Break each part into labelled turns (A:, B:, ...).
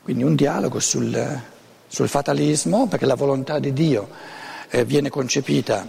A: Quindi un dialogo sul fatalismo, perché la volontà di Dio viene concepita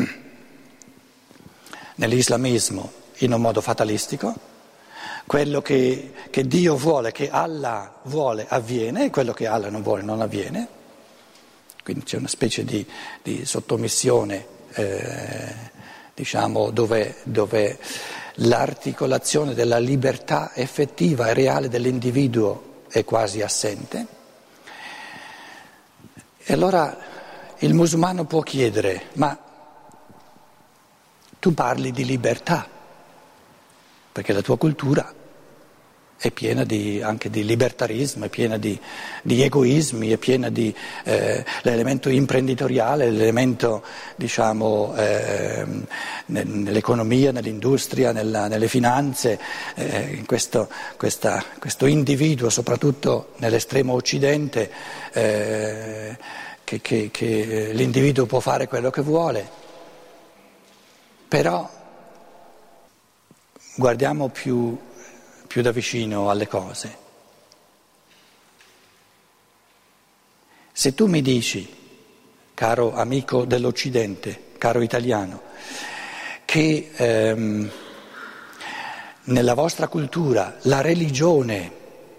A: nell'islamismo in un modo fatalistico, quello che Dio vuole, che Allah vuole avviene, e quello che Allah non vuole non avviene, quindi c'è una specie di sottomissione, diciamo, dove l'articolazione della libertà effettiva e reale dell'individuo è quasi assente. E allora il musulmano può chiedere, ma tu parli di libertà, perché la tua cultura è piena anche di libertarismo, è piena di egoismi, è piena di l'elemento imprenditoriale, l'elemento, diciamo, nell'economia, nell'industria, nelle finanze, questo individuo, soprattutto nell'estremo occidente, che l'individuo può fare quello che vuole, però guardiamo più da vicino alle cose. Se tu mi dici, caro amico dell'Occidente, caro italiano, che nella vostra cultura la religione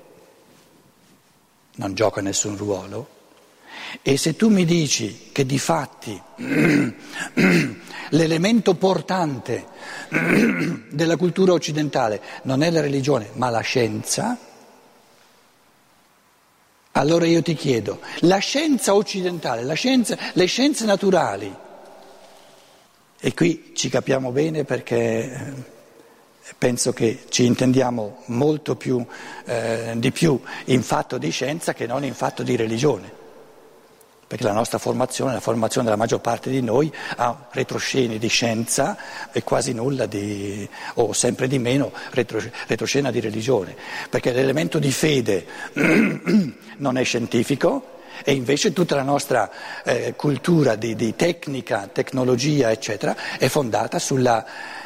A: non gioca nessun ruolo, e se tu mi dici che di fatti l'elemento portante della cultura occidentale non è la religione ma la scienza, allora io ti chiedo, la scienza occidentale, le scienze naturali, e qui ci capiamo bene perché penso che ci intendiamo molto più, di più in fatto di scienza che non in fatto di religione. Perché la nostra formazione, la formazione della maggior parte di noi ha retroscena di scienza e quasi nulla o sempre di meno, retroscena di religione. Perché l'elemento di fede non è scientifico e invece tutta la nostra cultura di tecnica, tecnologia, eccetera, è fondata sulla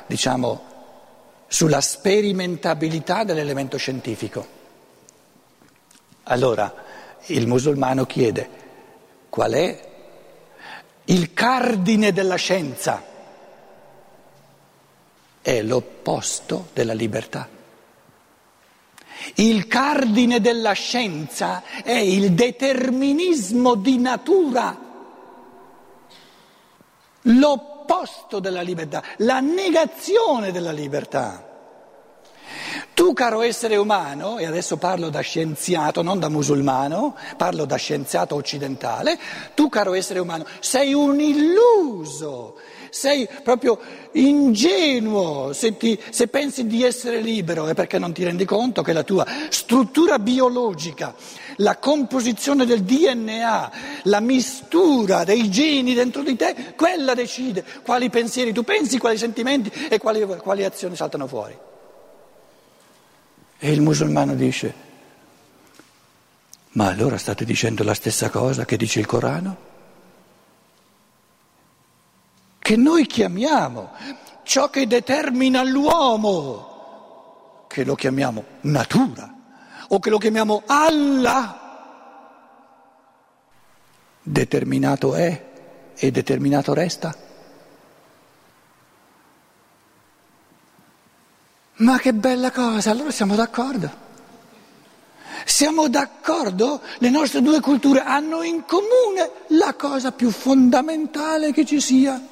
A: sperimentabilità dell'elemento scientifico. Allora il musulmano chiede: qual è il cardine della scienza? È l'opposto della libertà. Il cardine della scienza è il determinismo di natura, l'opposto della libertà, la negazione della libertà. Tu, caro essere umano, e adesso parlo da scienziato, non da musulmano, parlo da scienziato occidentale, tu, caro essere umano, sei un illuso, sei proprio ingenuo se pensi di essere libero, è perché non ti rendi conto che la tua struttura biologica, la composizione del DNA, la mistura dei geni dentro di te, quella decide quali pensieri tu pensi, quali sentimenti e quali azioni saltano fuori. E il musulmano dice: ma allora state dicendo la stessa cosa che dice il Corano? Che noi chiamiamo ciò che determina l'uomo, che lo chiamiamo natura, o che lo chiamiamo Allah, determinato è e determinato resta. Ma che bella cosa, allora siamo d'accordo. Siamo d'accordo? Le nostre due culture hanno in comune la cosa più fondamentale che ci sia,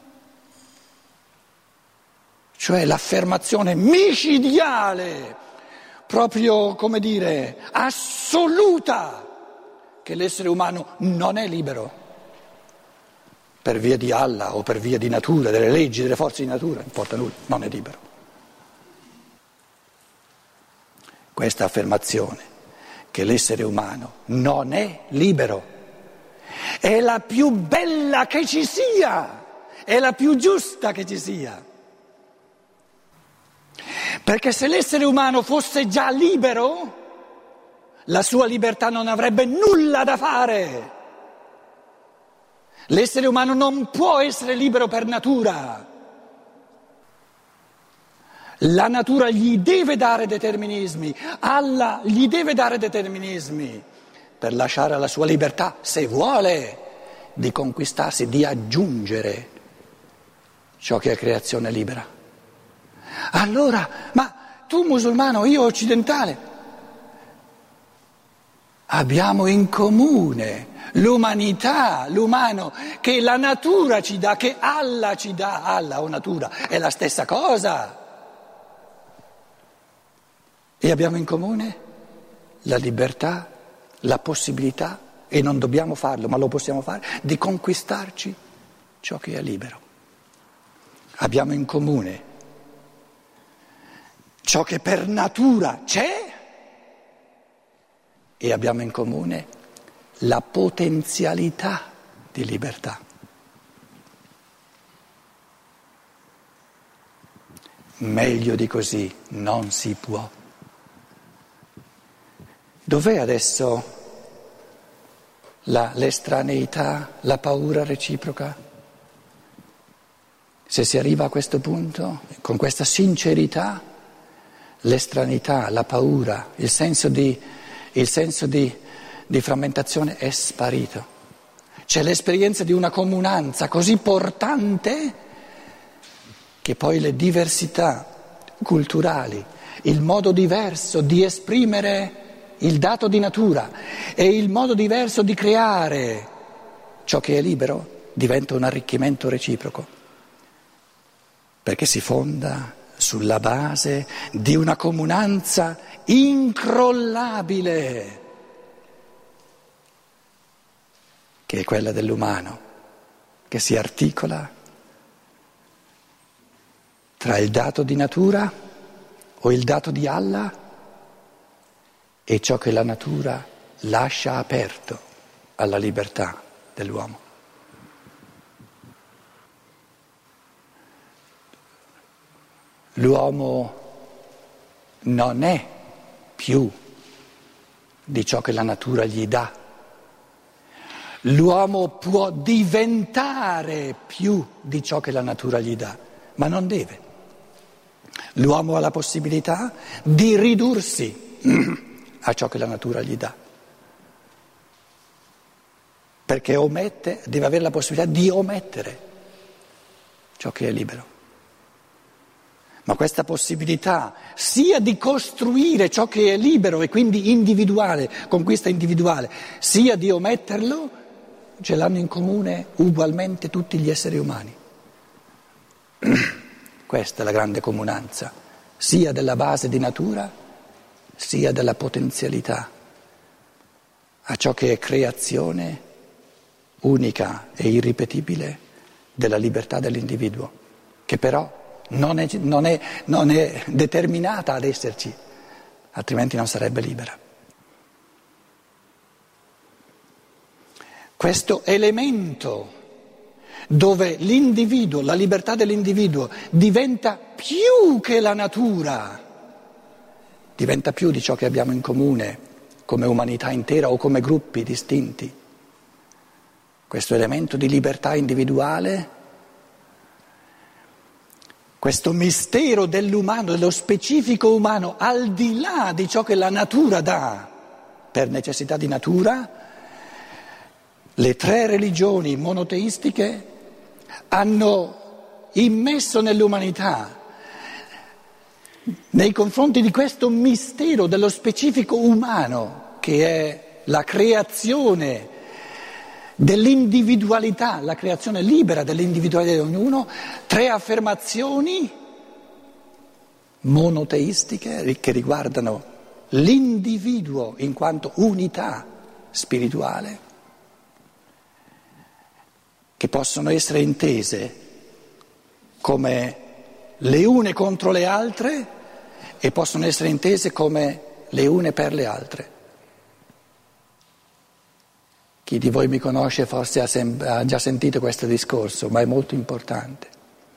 A: cioè l'affermazione micidiale, proprio, come dire, assoluta, che l'essere umano non è libero per via di Allah o per via di natura, delle leggi, delle forze di natura, non importa nulla, non è libero. Questa affermazione, che l'essere umano non è libero, è la più bella che ci sia, è la più giusta che ci sia. Perché se l'essere umano fosse già libero, la sua libertà non avrebbe nulla da fare. L'essere umano non può essere libero per natura. La natura gli deve dare determinismi, Allah gli deve dare determinismi per lasciare alla sua libertà, se vuole, di conquistarsi, di aggiungere ciò che è creazione libera. Allora, ma tu musulmano, io occidentale, abbiamo in comune l'umanità, l'umano, che la natura ci dà, che Allah ci dà, Allah o natura, è la stessa cosa. E abbiamo in comune la libertà, la possibilità, e non dobbiamo farlo, ma lo possiamo fare, di conquistarci ciò che è libero. Abbiamo in comune ciò che per natura c'è e abbiamo in comune la potenzialità di libertà. Meglio di così non si può. Dov'è adesso l'estraneità, la paura reciproca? Se si arriva a questo punto, con questa sincerità, l'estraneità, la paura, il senso di frammentazione è sparito. C'è l'esperienza di una comunanza così portante che poi le diversità culturali, il modo diverso di esprimere il dato di natura e il modo diverso di creare ciò che è libero diventa un arricchimento reciproco, perché si fonda sulla base di una comunanza incrollabile, che è quella dell'umano, che si articola tra il dato di natura o il dato di Allah e ciò che la natura lascia aperto alla libertà dell'uomo. L'uomo non è più di ciò che la natura gli dà. L'uomo può diventare più di ciò che la natura gli dà, ma non deve. L'uomo ha la possibilità di ridursi a ciò che la natura gli dà, perché deve avere la possibilità di omettere ciò che è libero. Ma questa possibilità sia di costruire ciò che è libero e quindi individuale, conquista individuale, sia di ometterlo, ce l'hanno in comune ugualmente tutti gli esseri umani. Questa è la grande comunanza, sia della base di natura, sia della potenzialità, a ciò che è creazione unica e irripetibile della libertà dell'individuo, che però non è determinata ad esserci, altrimenti non sarebbe libera. Questo elemento dove l'individuo, la libertà dell'individuo diventa più che la natura, diventa più di ciò che abbiamo in comune come umanità intera o come gruppi distinti. Questo elemento di libertà individuale, questo mistero dell'umano, dello specifico umano, al di là di ciò che la natura dà per necessità di natura, le tre religioni monoteistiche hanno immesso nell'umanità, nei confronti di questo mistero dello specifico umano, che è la creazione dell'individualità, la creazione libera dell'individualità di ognuno, tre affermazioni monoteistiche che riguardano l'individuo in quanto unità spirituale, che possono essere intese come le une contro le altre e possono essere intese come le une per le altre. Chi di voi mi conosce forse ha già sentito questo discorso, ma è molto importante.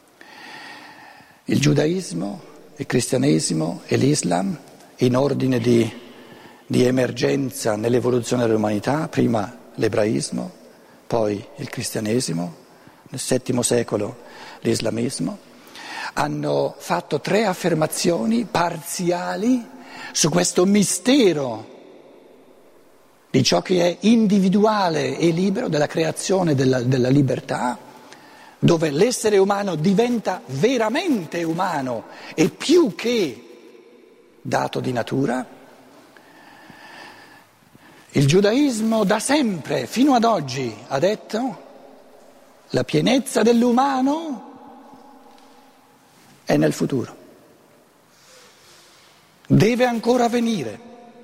A: Il giudaismo, il cristianesimo e l'Islam, in ordine di emergenza nell'evoluzione dell'umanità, prima l'ebraismo, poi il cristianesimo, nel VII secolo l'islamismo, hanno fatto 3 affermazioni parziali su questo mistero di ciò che è individuale e libero, della creazione della libertà, dove l'essere umano diventa veramente umano e più che dato di natura. Il giudaismo da sempre, fino ad oggi, ha detto: la pienezza dell'umano è nel futuro, deve ancora venire.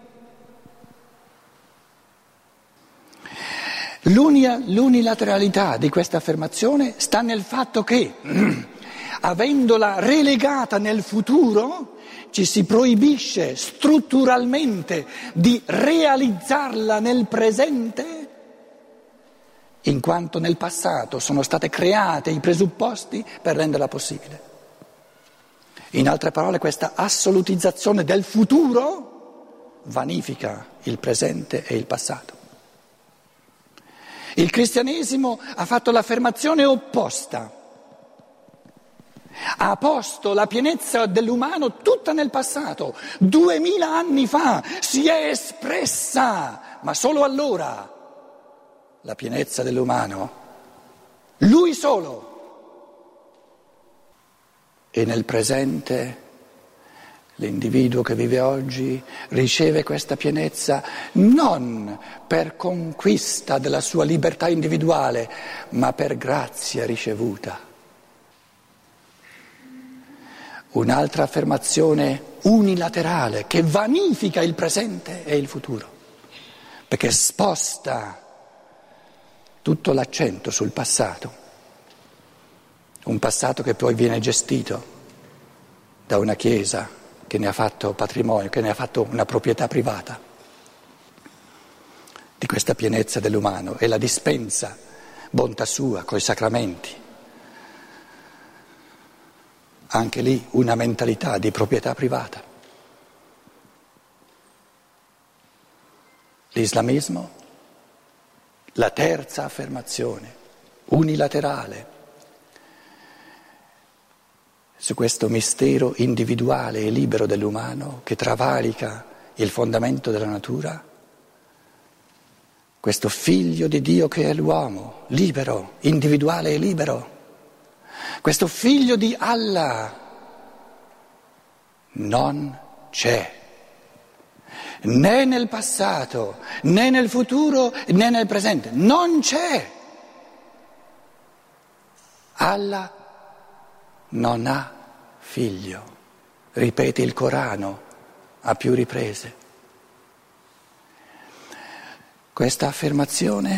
A: L'unilateralità di questa affermazione sta nel fatto che, avendola relegata nel futuro, ci si proibisce strutturalmente di realizzarla nel presente, in quanto nel passato sono state create i presupposti per renderla possibile. In altre parole, questa assolutizzazione del futuro vanifica il presente e il passato. Il cristianesimo ha fatto l'affermazione opposta, ha posto la pienezza dell'umano tutta nel passato. 2000 anni fa si è espressa, ma solo allora, la pienezza dell'umano, lui solo. E nel presente l'individuo che vive oggi riceve questa pienezza non per conquista della sua libertà individuale, ma per grazia ricevuta. Un'altra affermazione unilaterale che vanifica il presente e il futuro, perché sposta tutto l'accento sul passato, un passato che poi viene gestito da una chiesa che ne ha fatto patrimonio, che ne ha fatto una proprietà privata di questa pienezza dell'umano e la dispensa, bontà sua, coi sacramenti. Anche lì una mentalità di proprietà privata. L'islamismo, la terza affermazione, unilaterale, su questo mistero individuale e libero dell'umano che travalica il fondamento della natura, questo figlio di Dio che è l'uomo, libero, individuale e libero, questo figlio di Allah non c'è, né nel passato, né nel futuro, né nel presente, non c'è. Allah non ha figlio, ripete il Corano a più riprese. Questa affermazione,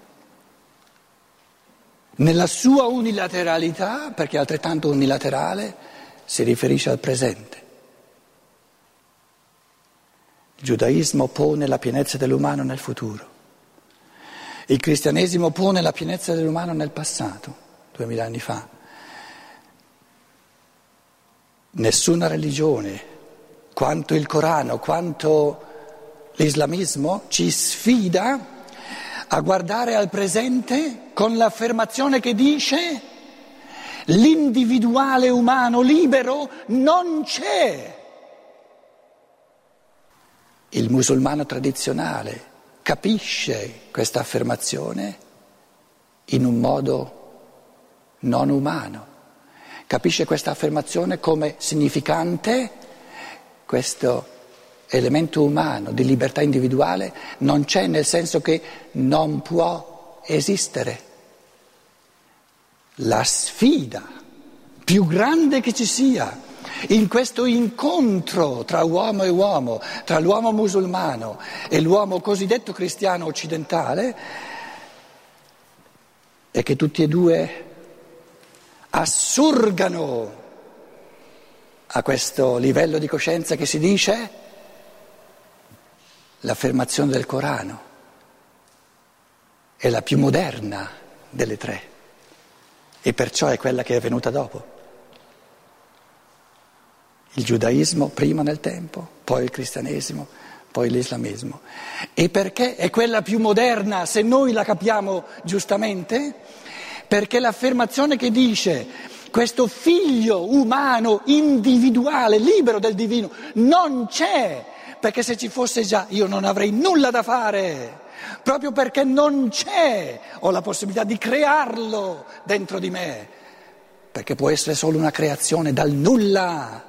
A: nella sua unilateralità, perché è altrettanto unilaterale, si riferisce al presente. Il giudaismo pone la pienezza dell'umano nel futuro. Il cristianesimo pone la pienezza dell'umano nel passato, 2000 anni fa. Nessuna religione, quanto il Corano, quanto l'islamismo, ci sfida a guardare al presente con l'affermazione che dice: l'individuale umano libero non c'è. Il musulmano tradizionale capisce questa affermazione in un modo non umano. Capisce questa affermazione come significante questo elemento umano di libertà individuale non c'è, nel senso che non può esistere. La sfida più grande che ci sia in questo incontro tra uomo e uomo, tra l'uomo musulmano e l'uomo cosiddetto cristiano occidentale, è che tutti e due assurgano a questo livello di coscienza che si dice l'affermazione del Corano è la più moderna delle 3 e perciò è quella che è venuta dopo. Il giudaismo prima nel tempo, poi il cristianesimo, poi l'islamismo. E perché è quella più moderna, se noi la capiamo giustamente? Perché l'affermazione che dice questo figlio umano, individuale, libero del divino, non c'è, perché se ci fosse già io non avrei nulla da fare, proprio perché non c'è, ho la possibilità di crearlo dentro di me, perché può essere solo una creazione dal nulla.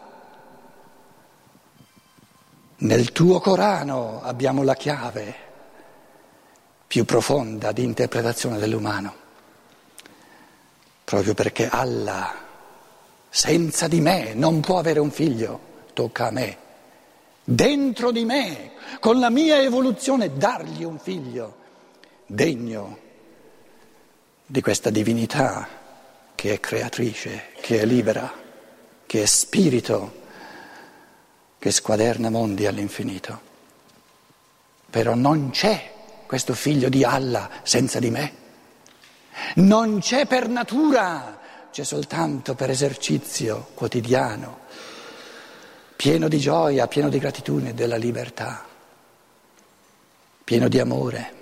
A: Nel tuo Corano abbiamo la chiave più profonda di interpretazione dell'umano, proprio perché Allah senza di me non può avere un figlio, tocca a me, dentro di me, con la mia evoluzione, dargli un figlio degno di questa divinità che è creatrice, che è libera, che è spirito, che squaderna mondi all'infinito. Però non c'è questo figlio di Allah senza di me. Non c'è per natura, c'è soltanto per esercizio quotidiano, pieno di gioia, pieno di gratitudine della libertà, pieno di amore.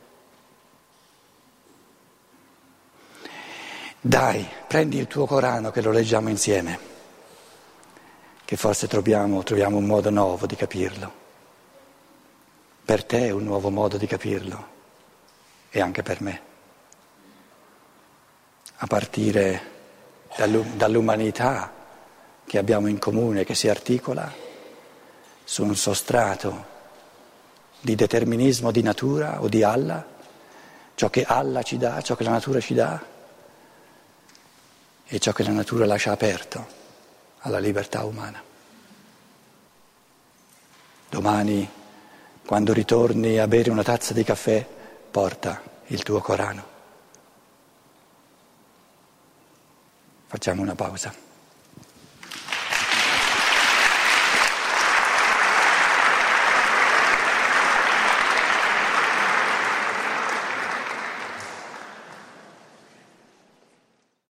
A: Dai, prendi il tuo Corano che lo leggiamo insieme, che forse troviamo un modo nuovo di capirlo. Per te è un nuovo modo di capirlo e anche per me, a partire dall'umanità che abbiamo in comune, che si articola su un sostrato di determinismo di natura o di Allah, ciò che Allah ci dà, ciò che la natura ci dà e ciò che la natura lascia aperto alla libertà umana. Domani, quando ritorni a bere una tazza di caffè, porta il tuo Corano. Facciamo una pausa.